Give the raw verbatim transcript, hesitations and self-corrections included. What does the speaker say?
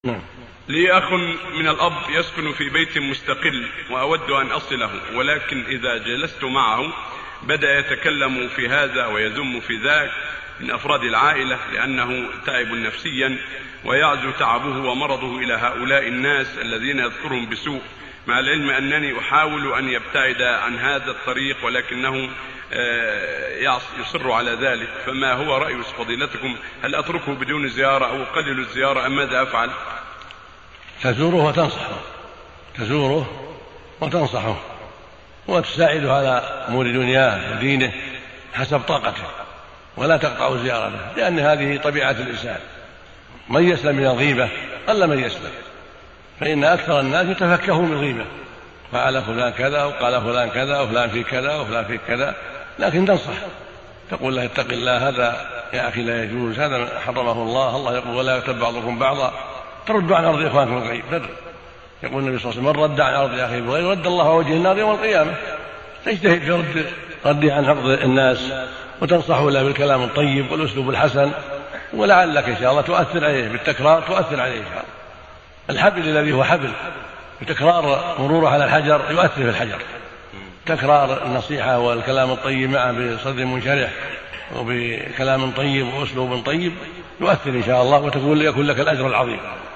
نعم. لي أخ من الأب يسكن في بيت مستقل وأود أن أصله، ولكن إذا جلست معه بدأ يتكلم في هذا ويذم في ذاك من أفراد العائلة لأنه تعب نفسيا، ويعزو تعبه ومرضه إلى هؤلاء الناس الذين يذكرهم بسوء، مع العلم أنني أحاول أن يبتعد عن هذا الطريق ولكنه يصر على ذلك. فما هو رأي فضيلتكم؟ هل أتركه بدون زيارة أو أقلل الزيارة أم ماذا أفعل؟ تزوره وتنصحه تزوره وتنصحه وتساعده على أمور دنياه ودينه حسب طاقته، ولا تقطع زيارته، لأن هذه طبيعة الإنسان. من يسلم من الغيبة قل من يسلم، فإن أكثر الناس يتفكهون بالغيبة، فعل فلان كذا وقال فلان كذا وفلان في كذا وفلان في كذا، لكن تنصح تقول له اتق الله، هذا يا أخي لا يجوز، هذا حرمه الله، الله يقول ولا يغتب بعضكم بعضا، ترد عن أرض إخوانكم الغيب. يقول النبي صلى الله عليه وسلم من رد عن أرض أخيه بغير رد الله وجه النار يوم القيامة. تجتهد في رد ردي عن أرض الناس وتنصحه له بالكلام الطيب والأسلوب الحسن، ولعلك إن شاء الله تؤثر عليه بالتكرار، تؤثر عليه إن شاء الله. الحبل الذي هو حبل بتكرار مروره على الحجر يؤثر في الحجر، تكرار النصيحة والكلام الطيب معه بصدر منشرح وبكلام طيب وأسلوب طيب يؤثر إن شاء الله، وتقول يكون لك الأجر العظيم.